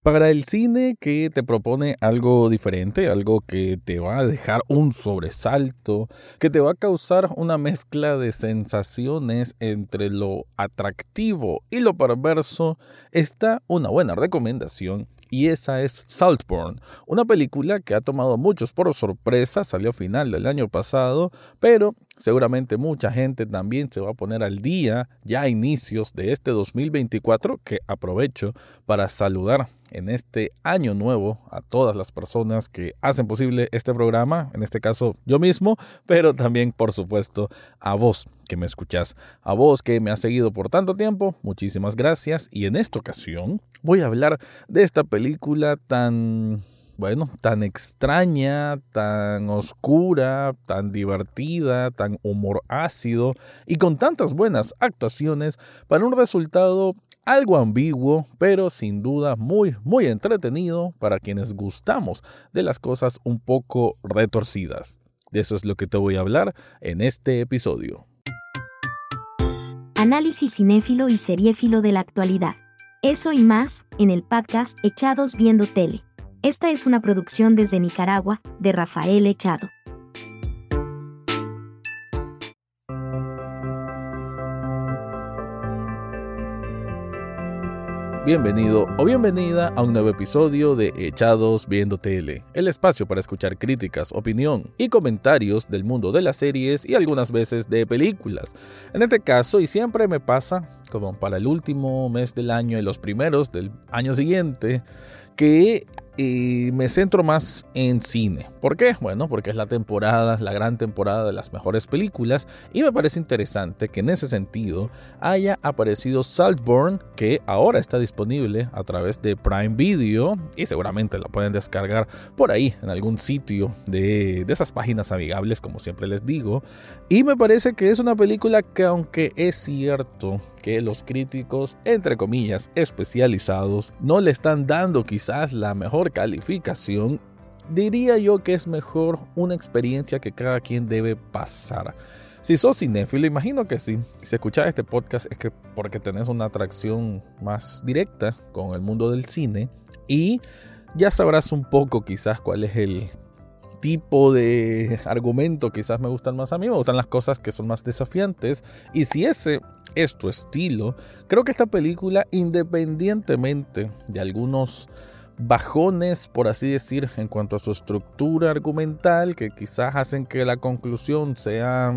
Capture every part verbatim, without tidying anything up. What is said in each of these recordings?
Para el cine que te propone algo diferente, algo que te va a dejar un sobresalto, que te va a causar una mezcla de sensaciones entre lo atractivo y lo perverso, está una buena recomendación. Y esa es Saltburn, una película que ha tomado a muchos por sorpresa, salió a final del año pasado, pero seguramente mucha gente también se va a poner al día ya a inicios de este dos mil veinticuatro, que aprovecho para saludar en este año nuevo a todas las personas que hacen posible este programa, en este caso yo mismo, pero también por supuesto a vos que me escuchás, a vos que me has seguido por tanto tiempo, muchísimas gracias. Y en esta ocasión voy a hablar de esta película tan... Bueno, tan extraña, tan oscura, tan divertida, tan humor ácido y con tantas buenas actuaciones para un resultado algo ambiguo, pero sin duda muy, muy entretenido para quienes gustamos de las cosas un poco retorcidas. De eso es lo que te voy a hablar en este episodio. Análisis cinéfilo y seriéfilo de la actualidad. Eso y más, en el podcast Echados Viendo Tele. Esta es una producción desde Nicaragua, de Rafael Echado. Bienvenido o bienvenida a un nuevo episodio de Echados Viendo Tele, el espacio para escuchar críticas, opinión y comentarios del mundo de las series y algunas veces de películas. En este caso, y siempre me pasa, como para el último mes del año y los primeros del año siguiente, que y me centro más en cine. ¿Por qué? Bueno, porque es la temporada, la gran temporada de las mejores películas y me parece interesante que en ese sentido haya aparecido Saltburn, que ahora está disponible a través de Prime Video y seguramente la pueden descargar por ahí en algún sitio de, de esas páginas amigables, como siempre les digo. Y me parece que es una película que, aunque es cierto que los críticos, entre comillas, especializados, no le están dando quizás la mejor calificación, diría yo que es mejor una experiencia que cada quien debe pasar. Si sos cinéfilo, imagino que sí. Si escuchas este podcast es que porque tenés una atracción más directa con el mundo del cine y ya sabrás un poco quizás cuál es el tipo de argumento quizás me gustan más a mí, me gustan las cosas que son más desafiantes, y si ese es tu estilo, creo que esta película, independientemente de algunos bajones, por así decir, en cuanto a su estructura argumental, que quizás hacen que la conclusión sea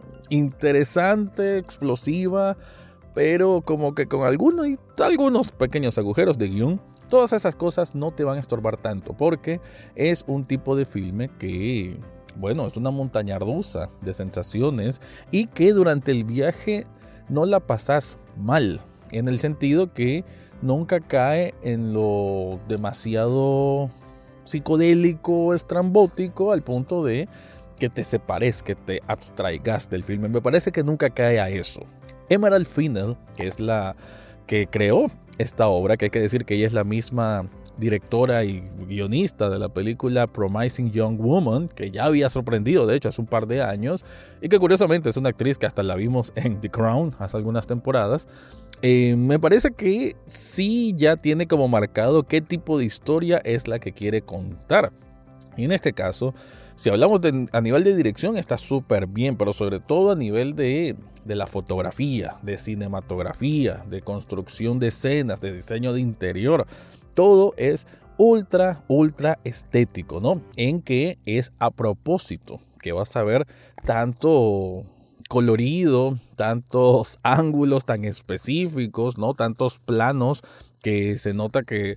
interesante, explosiva, pero como que con algunos, algunos pequeños agujeros de guión, todas esas cosas no te van a estorbar tanto, porque es un tipo de filme que, bueno, es una montaña rusa de sensaciones y que durante el viaje no la pasas mal, en el sentido que nunca cae en lo demasiado psicodélico, estrambótico, al punto de que te separes, que te abstraigas del filme. Me parece que nunca cae a eso. Emerald Fennell, que es la que creó esta obra, que hay que decir que ella es la misma directora y guionista de la película Promising Young Woman, que ya había sorprendido de hecho hace un par de años, y que curiosamente es una actriz que hasta la vimos en The Crown hace algunas temporadas. Eh, me parece que sí ya tiene como marcado qué tipo de historia es la que quiere contar. Y en este caso, si hablamos de, a nivel de dirección, está súper bien, pero sobre todo a nivel de, de la fotografía, de cinematografía, de construcción de escenas, de diseño de interior. Todo es ultra, ultra estético, ¿no? En que es a propósito que vas a ver tanto colorido, tantos ángulos tan específicos, ¿no? Tantos planos que se nota que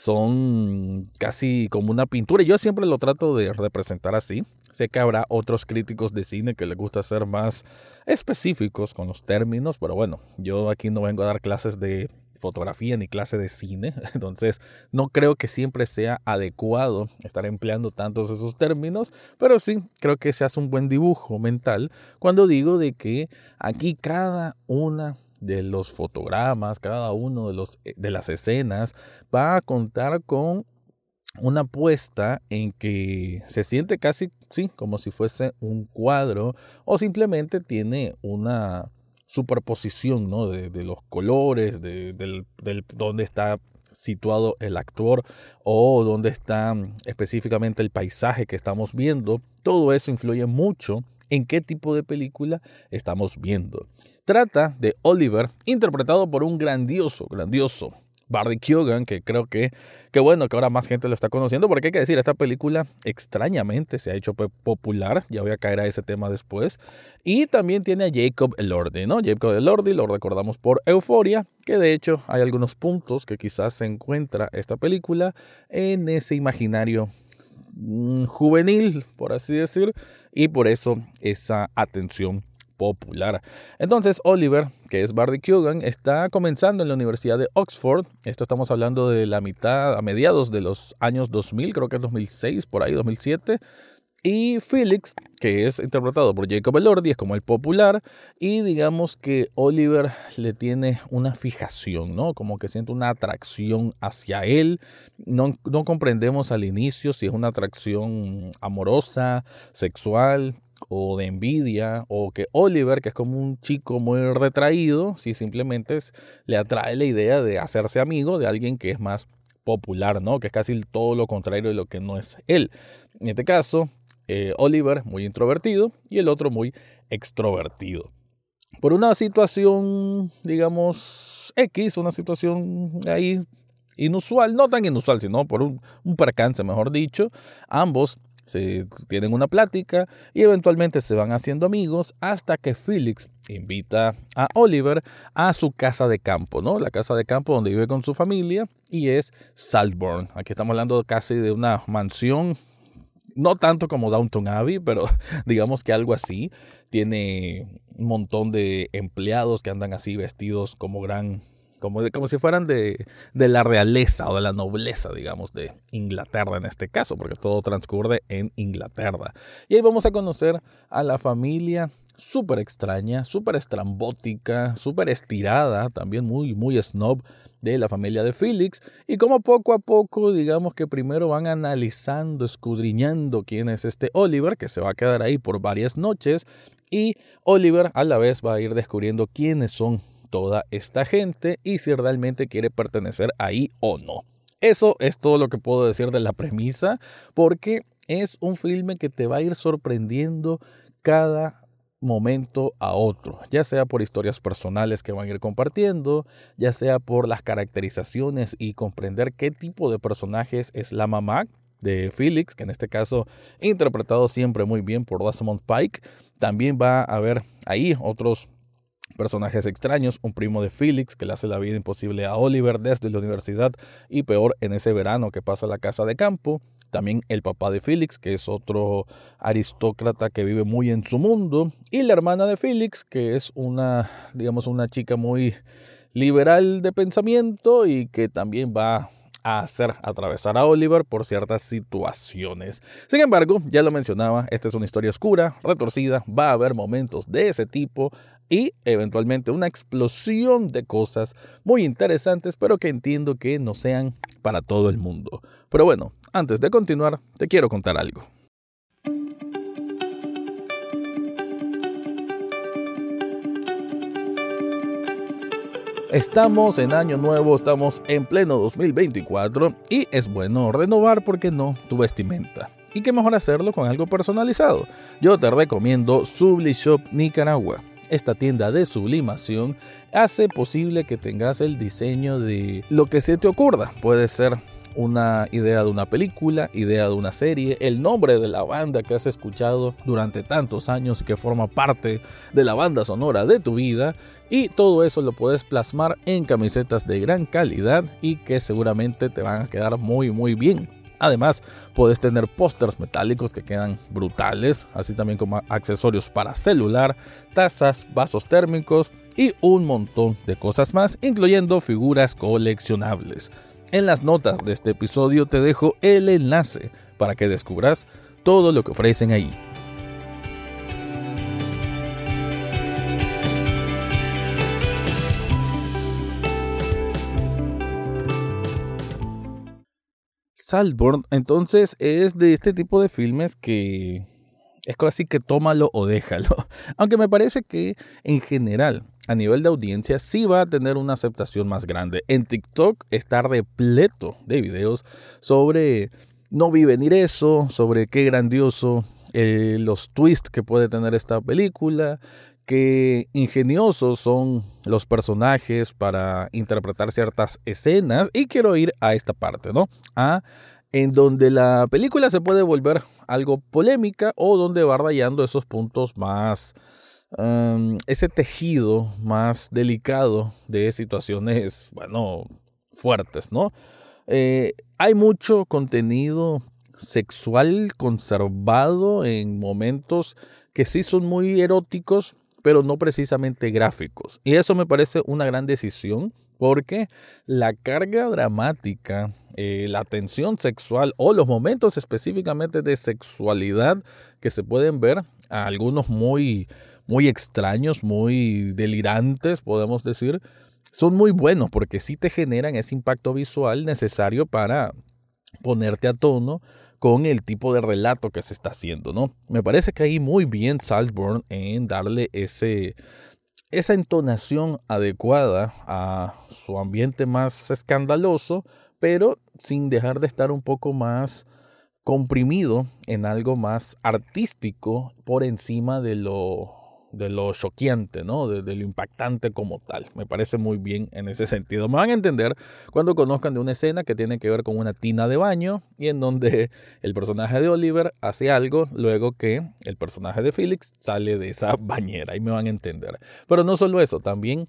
son casi como una pintura. Yo siempre lo trato de representar así. Sé que habrá otros críticos de cine que les gusta ser más específicos con los términos, pero bueno, yo aquí no vengo a dar clases de fotografía ni clase de cine, entonces no creo que siempre sea adecuado estar empleando tantos esos términos, pero sí creo que se hace un buen dibujo mental cuando digo de que aquí cada una de los fotogramas, cada uno de, los, de las escenas va a contar con una puesta en que se siente casi, sí, como si fuese un cuadro, o simplemente tiene una superposición, ¿no? de, de los colores, de, del, del, donde está situado el actor o dónde está específicamente el paisaje que estamos viendo. Todo eso influye mucho en qué tipo de película estamos viendo. Trata de Oliver, interpretado por un grandioso, grandioso Barry Keoghan, que creo que, que bueno, que ahora más gente lo está conociendo, porque hay que decir, esta película extrañamente se ha hecho popular, ya voy a caer a ese tema después, y también tiene a Jacob Elordi, ¿no? Jacob Elordi lo recordamos por Euphoria, que de hecho hay algunos puntos que quizás se encuentra esta película en ese imaginario mm, juvenil, por así decir, y por eso esa atención popular. Entonces Oliver, que es Barry Keoghan, está comenzando en la Universidad de Oxford. Esto estamos hablando de la mitad, a mediados de los años dos mil, creo que es dos mil seis, por ahí, dos mil siete. Y Felix, que es interpretado por Jacob Elordi, es como el popular. Y digamos que Oliver le tiene una fijación, ¿no? Como que siente una atracción hacia él. No, no comprendemos al inicio si es una atracción amorosa, sexual o de envidia, o que Oliver, que es como un chico muy retraído, si simplemente es, le atrae la idea de hacerse amigo de alguien que es más popular, ¿no? Que es casi todo lo contrario de lo que no es él. En este caso, eh, Oliver muy introvertido y el otro muy extrovertido. Por una situación, digamos, X, una situación ahí inusual, no tan inusual, sino por un, un percance, mejor dicho, ambos se tienen una plática y eventualmente se van haciendo amigos hasta que Felix invita a Oliver a su casa de campo, ¿no? La casa de campo donde vive con su familia y es Saltburn. Aquí estamos hablando casi de una mansión, no tanto como Downton Abbey, pero digamos que algo así. Tiene un montón de empleados que andan así vestidos como gran... Como, de, como si fueran de, de la realeza o de la nobleza, digamos, de Inglaterra en este caso, porque todo transcurre en Inglaterra. Y ahí vamos a conocer a la familia súper extraña, súper estrambótica, súper estirada, también muy, muy snob de la familia de Felix, y como poco a poco, digamos que primero van analizando, escudriñando quién es este Oliver, que se va a quedar ahí por varias noches, y Oliver a la vez va a ir descubriendo quiénes son toda esta gente y si realmente quiere pertenecer ahí o no. Eso es todo lo que puedo decir de la premisa, porque es un filme que te va a ir sorprendiendo cada momento a otro, ya sea por historias personales que van a ir compartiendo, ya sea por las caracterizaciones y comprender qué tipo de personajes es la mamá de Felix, que en este caso interpretado siempre muy bien por Rosamund Pike. También va a haber ahí otros personajes extraños, un primo de Felix que le hace la vida imposible a Oliver desde la universidad y peor en ese verano que pasa a la casa de campo. También el papá de Felix, que es otro aristócrata que vive muy en su mundo, y la hermana de Felix, que es una, digamos, una chica muy liberal de pensamiento y que también va a hacer atravesar a Oliver por ciertas situaciones. Sin embargo, ya lo mencionaba, esta es una historia oscura, retorcida, va a haber momentos de ese tipo y eventualmente una explosión de cosas muy interesantes, pero que entiendo que no sean para todo el mundo. Pero bueno, antes de continuar, te quiero contar algo. Estamos en año nuevo, estamos en pleno dos mil veinticuatro y es bueno renovar, ¿por qué no?, tu vestimenta. Y qué mejor hacerlo con algo personalizado. Yo te recomiendo Sublishop Nicaragua. Esta tienda de sublimación hace posible que tengas el diseño de lo que se te ocurra. Puede ser una idea de una película, idea de una serie, el nombre de la banda que has escuchado durante tantos años y que forma parte de la banda sonora de tu vida, y todo eso lo puedes plasmar en camisetas de gran calidad y que seguramente te van a quedar muy muy bien. Además, puedes tener pósters metálicos que quedan brutales, así también como accesorios para celular, tazas, vasos térmicos y un montón de cosas más, incluyendo figuras coleccionables. En las notas de este episodio te dejo el enlace para que descubras todo lo que ofrecen ahí. Saltburn, entonces, es de este tipo de filmes que es casi que tómalo o déjalo. Aunque me parece que en general, a nivel de audiencia, sí va a tener una aceptación más grande. En TikTok está repleto de videos sobre no vi venir eso, sobre qué grandioso eh, los twists que puede tener esta película, qué ingeniosos son los personajes para interpretar ciertas escenas. Y quiero ir a esta parte, ¿no? A en donde la película se puede volver algo polémica o donde va rayando esos puntos más, um, ese tejido más delicado de situaciones, bueno, fuertes, ¿no? Eh, hay mucho contenido sexual conservado en momentos que sí son muy eróticos, pero no precisamente gráficos. Y eso me parece una gran decisión, porque la carga dramática, eh, la tensión sexual o los momentos específicamente de sexualidad que se pueden ver, a algunos muy, muy extraños, muy delirantes, podemos decir, son muy buenos porque sí te generan ese impacto visual necesario para ponerte a tono con el tipo de relato que se está haciendo, ¿no? Me parece que ahí muy bien Saltburn en darle ese... esa entonación adecuada a su ambiente más escandaloso, pero sin dejar de estar un poco más comprimido en algo más artístico por encima de lo, de lo choqueante, ¿no? De, de lo impactante como tal. Me parece muy bien en ese sentido. Me van a entender cuando conozcan de una escena que tiene que ver con una tina de baño y en donde el personaje de Oliver hace algo luego que el personaje de Felix sale de esa bañera. Ahí me van a entender. Pero no solo eso, también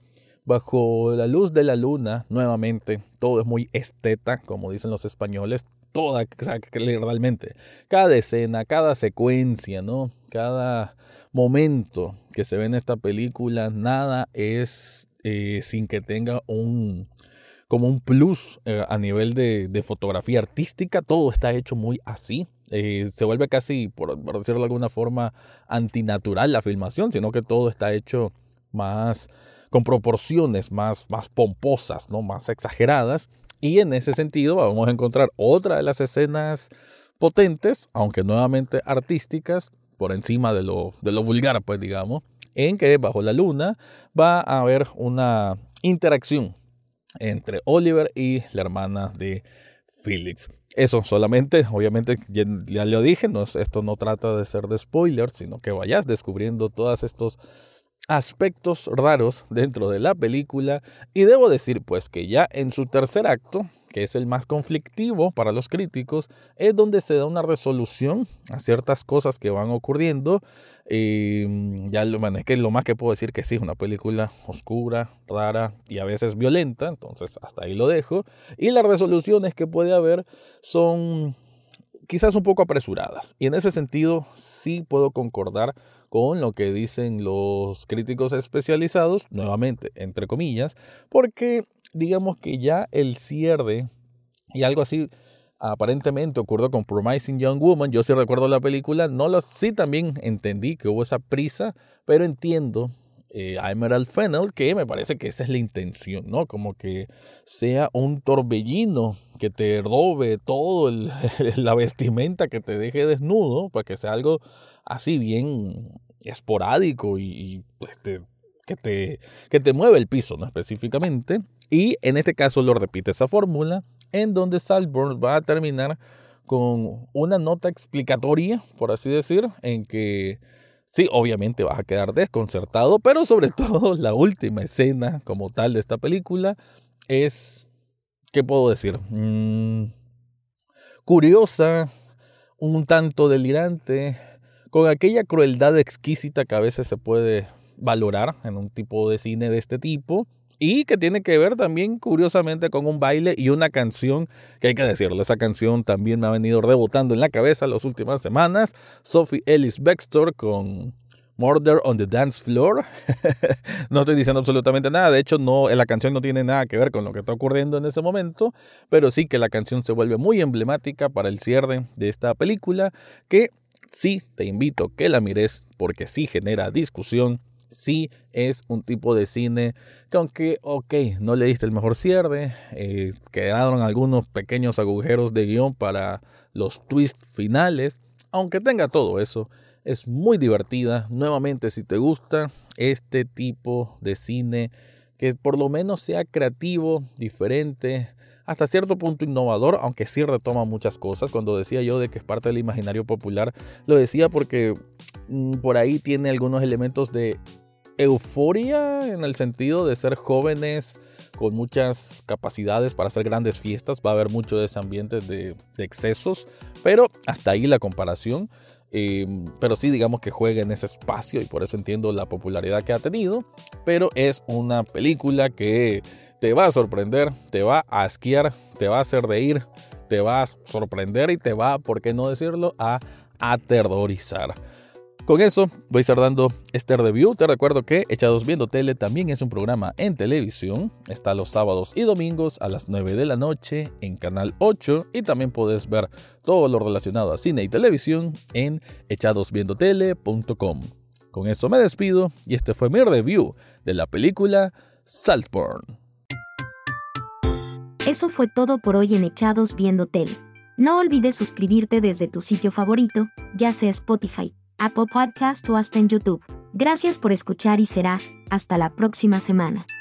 bajo la luz de la luna, nuevamente, todo es muy esteta, como dicen los españoles. Toda, o sea, realmente, cada escena, cada secuencia, ¿no? Cada momento que se ve en esta película, nada es eh, sin que tenga un, como un plus eh, a nivel de, de fotografía artística. Todo está hecho muy así. Eh, se vuelve casi, por, por decirlo de alguna forma, antinatural la filmación, sino que todo está hecho más con proporciones más, más pomposas, ¿no? Más exageradas. Y en ese sentido vamos a encontrar otra de las escenas potentes, aunque nuevamente artísticas, por encima de lo, de lo vulgar, pues digamos, en que bajo la luna va a haber una interacción entre Oliver y la hermana de Felix. Eso solamente, obviamente, ya, ya lo dije, no, esto no trata de ser de spoilers, sino que vayas descubriendo todos estos aspectos raros dentro de la película. Y debo decir pues que ya en su tercer acto, que es el más conflictivo para los críticos, es donde se da una resolución a ciertas cosas que van ocurriendo. Y ya lo, bueno, es que lo más que puedo decir que sí, es una película oscura, rara y a veces violenta, entonces hasta ahí lo dejo. Y las resoluciones que puede haber son quizás un poco apresuradas, y en ese sentido sí puedo concordar con lo que dicen los críticos especializados, nuevamente, entre comillas, porque digamos que ya el cierre y algo así aparentemente ocurrió con Promising Young Woman. Yo sí recuerdo la película, no lo, sí también entendí que hubo esa prisa, pero entiendo eh, a Emerald Fennell que me parece que esa es la intención, ¿no? Como que sea un torbellino que te robe todo el, la vestimenta, que te deje desnudo, para que sea algo así bien esporádico y, y pues te, que, te, que te mueve el piso, ¿no? Específicamente. Y en este caso lo repite esa fórmula, en donde Saltburn va a terminar con una nota explicatoria, por así decir, en que sí, obviamente vas a quedar desconcertado, pero sobre todo la última escena como tal de esta película es, ¿qué puedo decir? Mm, curiosa, un tanto delirante, con aquella crueldad exquisita que a veces se puede valorar en un tipo de cine de este tipo, y que tiene que ver también curiosamente con un baile y una canción que hay que decirlo, esa canción también me ha venido rebotando en la cabeza las últimas semanas. Sophie Ellis-Bextor con Murder on the Dance Floor. No estoy diciendo absolutamente nada, de hecho no, la canción no tiene nada que ver con lo que está ocurriendo en ese momento, pero sí que la canción se vuelve muy emblemática para el cierre de esta película, que sí te invito a que la mires porque sí genera discusión. Sí es un tipo de cine que aunque, ok, no le diste el mejor cierre, eh, quedaron algunos pequeños agujeros de guión para los twists finales, aunque tenga todo eso, es muy divertida. Nuevamente, si te gusta este tipo de cine, que por lo menos sea creativo, diferente, hasta cierto punto innovador, aunque sí retoma muchas cosas. Cuando decía yo de que es parte del imaginario popular, lo decía porque mmm, por ahí tiene algunos elementos de euforia, en el sentido de ser jóvenes con muchas capacidades para hacer grandes fiestas. Va a haber mucho de ese ambiente de, de excesos, pero hasta ahí la comparación. Eh, pero sí, digamos que juega en ese espacio y por eso entiendo la popularidad que ha tenido. Pero es una película que te va a sorprender, te va a asquear, te va a hacer reír, te va a sorprender y te va, por qué no decirlo, a aterrorizar. Con eso voy a estar dando este review. Te recuerdo que Echados Viendo Tele también es un programa en televisión. Está los sábados y domingos a las nueve de la noche en Canal ocho. Y también puedes ver todo lo relacionado a cine y televisión en echados viendo tele punto com. Con eso me despido y este fue mi review de la película Saltburn. Eso fue todo por hoy en Echados Viendo Tele. No olvides suscribirte desde tu sitio favorito, ya sea Spotify, Apple Podcast o hasta en YouTube. Gracias por escuchar y será hasta la próxima semana.